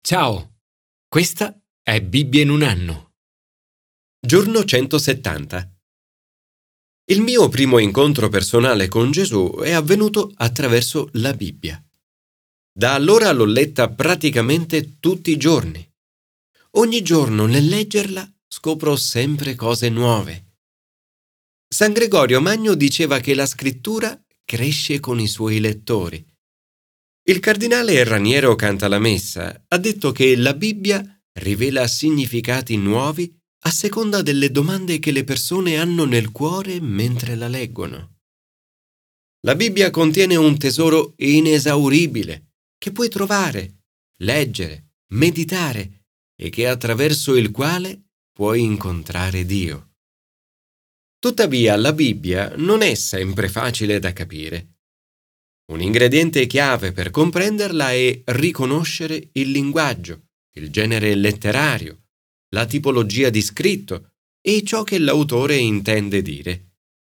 Ciao, questa è Bibbia in un anno. Giorno 170. Il mio primo incontro personale con Gesù è avvenuto attraverso la Bibbia. Da allora l'ho letta praticamente tutti i giorni. Ogni giorno nel leggerla scopro sempre cose nuove. San Gregorio Magno diceva che la scrittura cresce con i suoi lettori. Il cardinale Raniero Cantalamessa ha detto che la Bibbia rivela significati nuovi a seconda delle domande che le persone hanno nel cuore mentre la leggono. La Bibbia contiene un tesoro inesauribile che puoi trovare, leggere, meditare e che attraverso il quale puoi incontrare Dio. Tuttavia, la Bibbia non è sempre facile da capire. Un ingrediente chiave per comprenderla è riconoscere il linguaggio, il genere letterario, la tipologia di scritto e ciò che l'autore intende dire.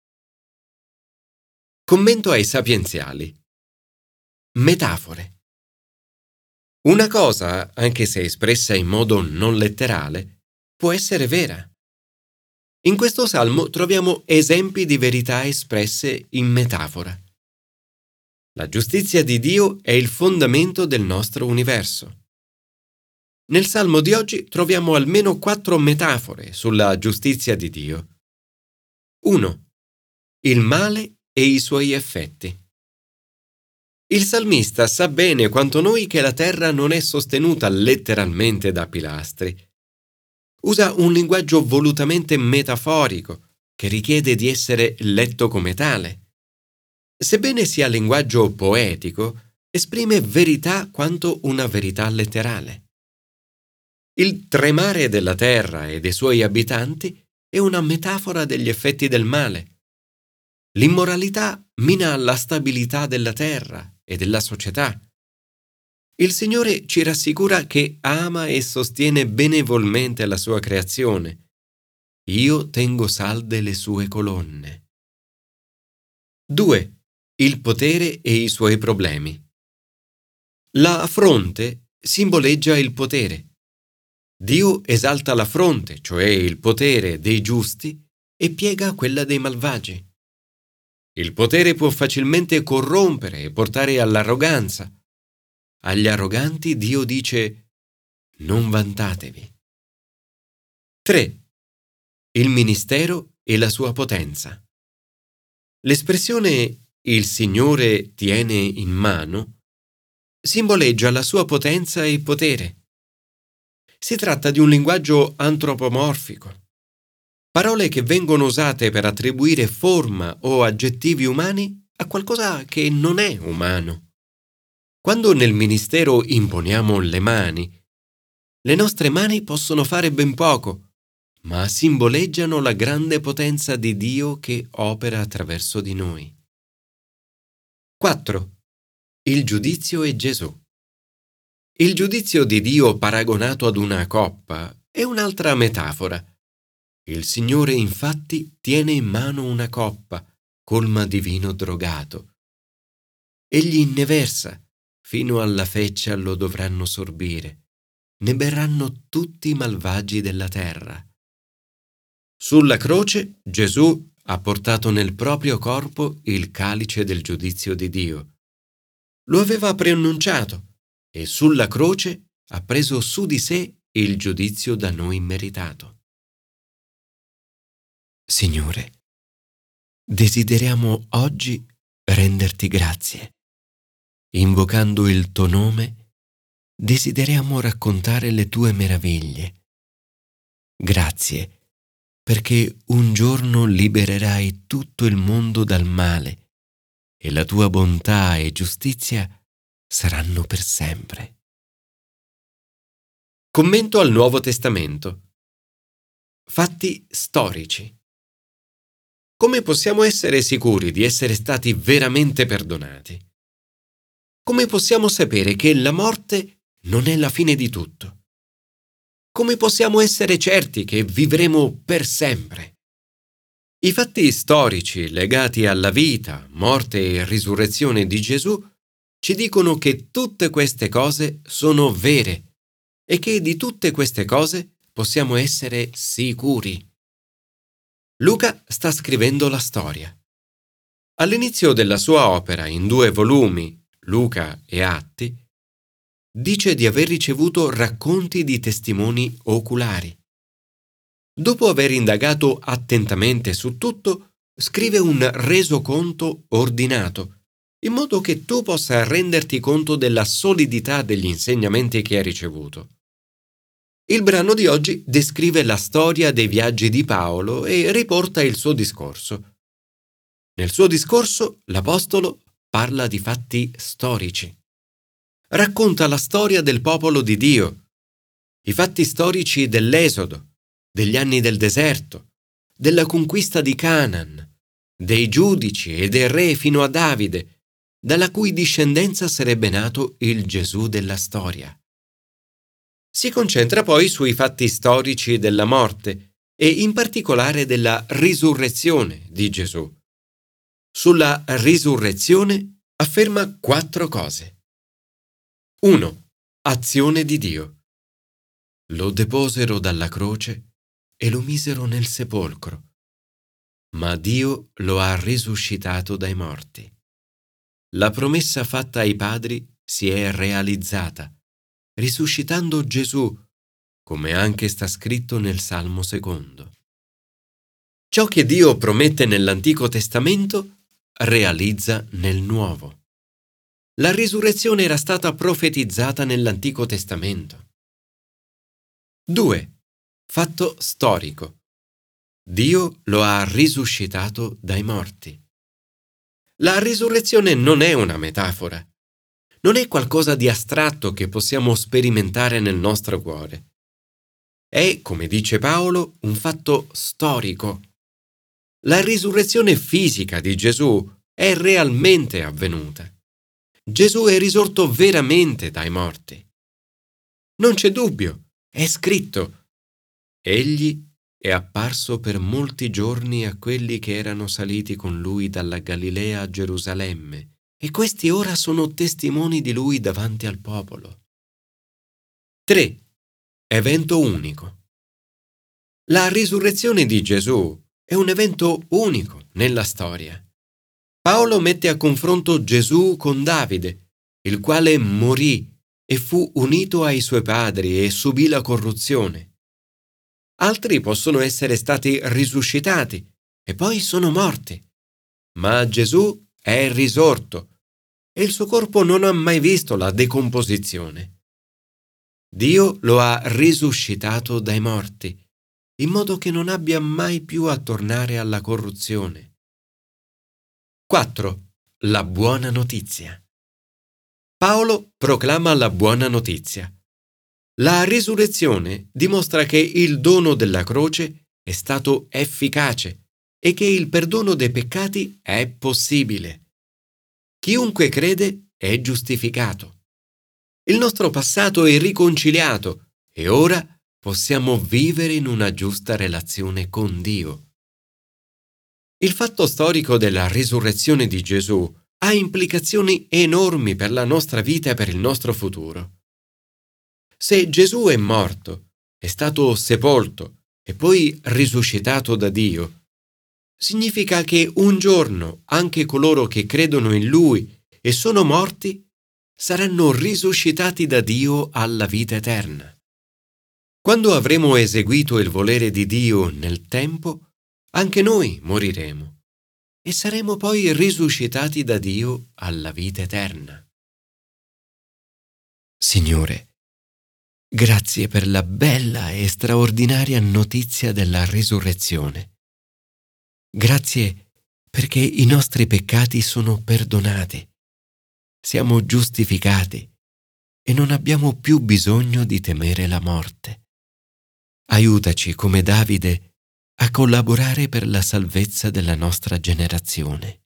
Commento ai sapienziali. Metafore. Una cosa, anche se espressa in modo non letterale, può essere vera. In questo salmo troviamo esempi di verità espresse in metafora. La giustizia di Dio è il fondamento del nostro universo. Nel Salmo di oggi troviamo almeno 4 metafore sulla giustizia di Dio. 1. Il male e i suoi effetti. Il salmista sa bene quanto noi che la terra non è sostenuta letteralmente da pilastri. Usa un linguaggio volutamente metaforico che richiede di essere letto come tale. Sebbene sia linguaggio poetico, esprime verità quanto una verità letterale. Il tremare della terra e dei suoi abitanti è una metafora degli effetti del male. L'immoralità mina la stabilità della terra e della società. Il Signore ci rassicura che ama e sostiene benevolmente la sua creazione. Io tengo salde le sue colonne. 2. Il potere e i suoi problemi. La fronte simboleggia il potere. Dio esalta la fronte, cioè il potere dei giusti, e piega quella dei malvagi. Il potere può facilmente corrompere e portare all'arroganza. Agli arroganti Dio dice: non vantatevi. 3. Il ministero e la sua potenza. L'espressione «il Signore tiene in mano» simboleggia la sua potenza e potere. Si tratta di un linguaggio antropomorfico. Parole che vengono usate per attribuire forma o aggettivi umani a qualcosa che non è umano. Quando nel ministero imponiamo le nostre mani possono fare ben poco, ma simboleggiano la grande potenza di Dio che opera attraverso di noi. 4. Il giudizio e Gesù. Il giudizio di Dio paragonato ad una coppa è un'altra metafora. Il Signore infatti tiene in mano una coppa, colma di vino drogato. Egli ne versa, fino alla feccia lo dovranno sorbire. Ne berranno tutti i malvagi della terra. Sulla croce Gesù ha portato nel proprio corpo il calice del giudizio di Dio. Lo aveva preannunciato e sulla croce ha preso su di sé il giudizio da noi meritato. Signore, desideriamo oggi renderti grazie. Invocando il tuo nome, desideriamo raccontare le tue meraviglie. Grazie, perché un giorno libererai tutto il mondo dal male e la tua bontà e giustizia saranno per sempre. Commento al Nuovo Testamento. Fatti storici. Come possiamo essere sicuri di essere stati veramente perdonati? Come possiamo sapere che la morte non è la fine di tutto? Come possiamo essere certi che vivremo per sempre? I fatti storici legati alla vita, morte e risurrezione di Gesù ci dicono che tutte queste cose sono vere e che di tutte queste cose possiamo essere sicuri. Luca sta scrivendo la storia. All'inizio della sua opera in 2 volumi, Luca e Atti, dice di aver ricevuto racconti di testimoni oculari. Dopo aver indagato attentamente su tutto, scrive un resoconto ordinato, in modo che tu possa renderti conto della solidità degli insegnamenti che hai ricevuto. Il brano di oggi descrive la storia dei viaggi di Paolo e riporta il suo discorso. Nel suo discorso, l'Apostolo parla di fatti storici. Racconta la storia del popolo di Dio, i fatti storici dell'Esodo, degli anni del deserto, della conquista di Canaan, dei giudici e del re fino a Davide, dalla cui discendenza sarebbe nato il Gesù della storia. Si concentra poi sui fatti storici della morte e in particolare della risurrezione di Gesù. Sulla risurrezione afferma 4 cose. 1. Azione di Dio. Lo deposero dalla croce e lo misero nel sepolcro, ma Dio lo ha risuscitato dai morti. La promessa fatta ai padri si è realizzata, risuscitando Gesù, come anche sta scritto nel Salmo 2. Ciò che Dio promette nell'Antico Testamento realizza nel Nuovo. La risurrezione era stata profetizzata nell'Antico Testamento. 2. Fatto storico. Dio lo ha risuscitato dai morti. La risurrezione non è una metafora. Non è qualcosa di astratto che possiamo sperimentare nel nostro cuore. È, come dice Paolo, un fatto storico. La risurrezione fisica di Gesù è realmente avvenuta. Gesù è risorto veramente dai morti. Non c'è dubbio, è scritto. Egli è apparso per molti giorni a quelli che erano saliti con lui dalla Galilea a Gerusalemme, e questi ora sono testimoni di lui davanti al popolo. 3. Evento unico. La risurrezione di Gesù è un evento unico nella storia. Paolo mette a confronto Gesù con Davide, il quale morì e fu unito ai suoi padri e subì la corruzione. Altri possono essere stati risuscitati e poi sono morti. Ma Gesù è risorto e il suo corpo non ha mai visto la decomposizione. Dio lo ha risuscitato dai morti, in modo che non abbia mai più a tornare alla corruzione. 4. La buona notizia. Paolo proclama la buona notizia. La risurrezione dimostra che il dono della croce è stato efficace e che il perdono dei peccati è possibile. Chiunque crede è giustificato. Il nostro passato è riconciliato e ora possiamo vivere in una giusta relazione con Dio. Il fatto storico della risurrezione di Gesù ha implicazioni enormi per la nostra vita e per il nostro futuro. Se Gesù è morto, è stato sepolto e poi risuscitato da Dio, significa che un giorno anche coloro che credono in Lui e sono morti saranno risuscitati da Dio alla vita eterna. Quando avremo eseguito il volere di Dio nel tempo, anche noi moriremo e saremo poi risuscitati da Dio alla vita eterna. Signore, grazie per la bella e straordinaria notizia della risurrezione. Grazie perché i nostri peccati sono perdonati, siamo giustificati e non abbiamo più bisogno di temere la morte. Aiutaci come Davide a collaborare per la salvezza della nostra generazione.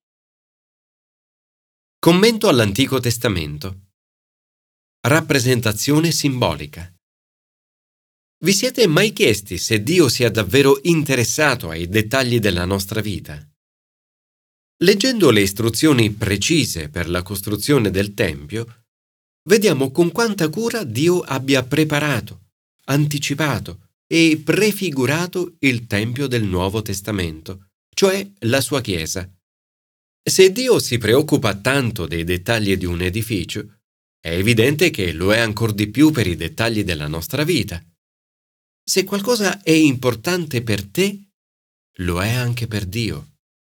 Commento all'Antico Testamento. Rappresentazione simbolica. Vi siete mai chiesti se Dio sia davvero interessato ai dettagli della nostra vita? Leggendo le istruzioni precise per la costruzione del Tempio, vediamo con quanta cura Dio abbia preparato, anticipato e prefigurato il Tempio del Nuovo Testamento, cioè la sua Chiesa. Se Dio si preoccupa tanto dei dettagli di un edificio, è evidente che lo è ancor di più per i dettagli della nostra vita. Se qualcosa è importante per te, lo è anche per Dio.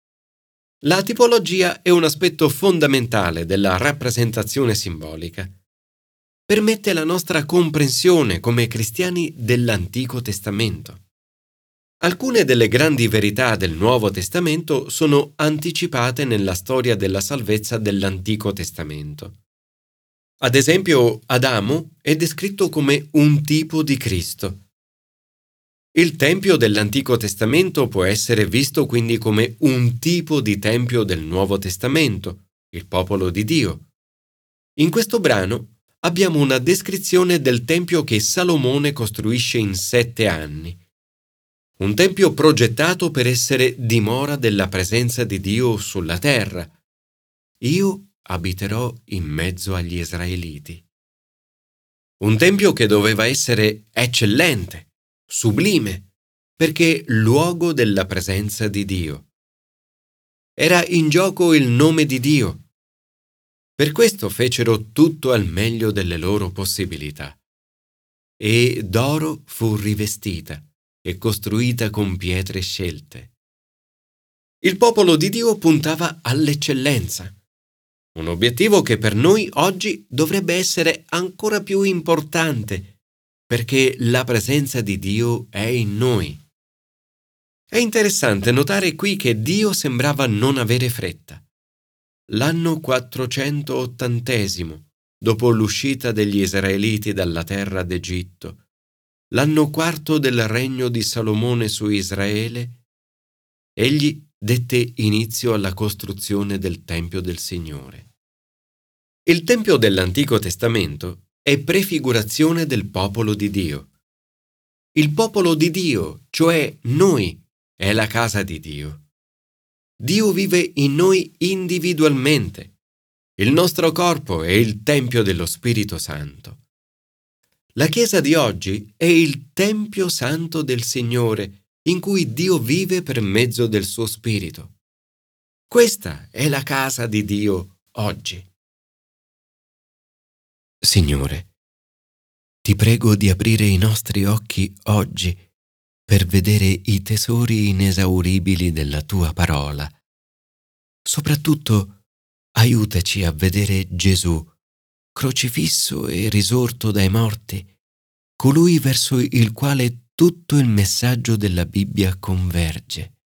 La tipologia è un aspetto fondamentale della rappresentazione simbolica. Permette la nostra comprensione come cristiani dell'Antico Testamento. Alcune delle grandi verità del Nuovo Testamento sono anticipate nella storia della salvezza dell'Antico Testamento. Ad esempio, Adamo è descritto come un tipo di Cristo. Il Tempio dell'Antico Testamento può essere visto quindi come un tipo di Tempio del Nuovo Testamento, il popolo di Dio. In questo brano abbiamo una descrizione del Tempio che Salomone costruisce in 7 anni. Un tempio progettato per essere dimora della presenza di Dio sulla terra. Io abiterò in mezzo agli israeliti. Un tempio che doveva essere eccellente, sublime, perché luogo della presenza di Dio. Era in gioco il nome di Dio. Per questo fecero tutto al meglio delle loro possibilità. E d'oro fu rivestita e costruita con pietre scelte. Il popolo di Dio puntava all'eccellenza, un obiettivo che per noi oggi dovrebbe essere ancora più importante, perché la presenza di Dio è in noi. È interessante notare qui che Dio sembrava non avere fretta. L'anno 480, dopo l'uscita degli Israeliti dalla terra d'Egitto, l'anno quarto del regno di Salomone su Israele, egli dette inizio alla costruzione del Tempio del Signore. Il Tempio dell'Antico Testamento è prefigurazione del popolo di Dio. Il popolo di Dio, cioè noi, è la casa di Dio. Dio vive in noi individualmente. Il nostro corpo è il Tempio dello Spirito Santo. La Chiesa di oggi è il Tempio Santo del Signore, in cui Dio vive per mezzo del suo Spirito. Questa è la casa di Dio oggi. Signore, ti prego di aprire i nostri occhi oggi per vedere i tesori inesauribili della tua parola. Soprattutto, aiutaci a vedere Gesù, crocifisso e risorto dai morti, colui verso il quale tutto il messaggio della Bibbia converge.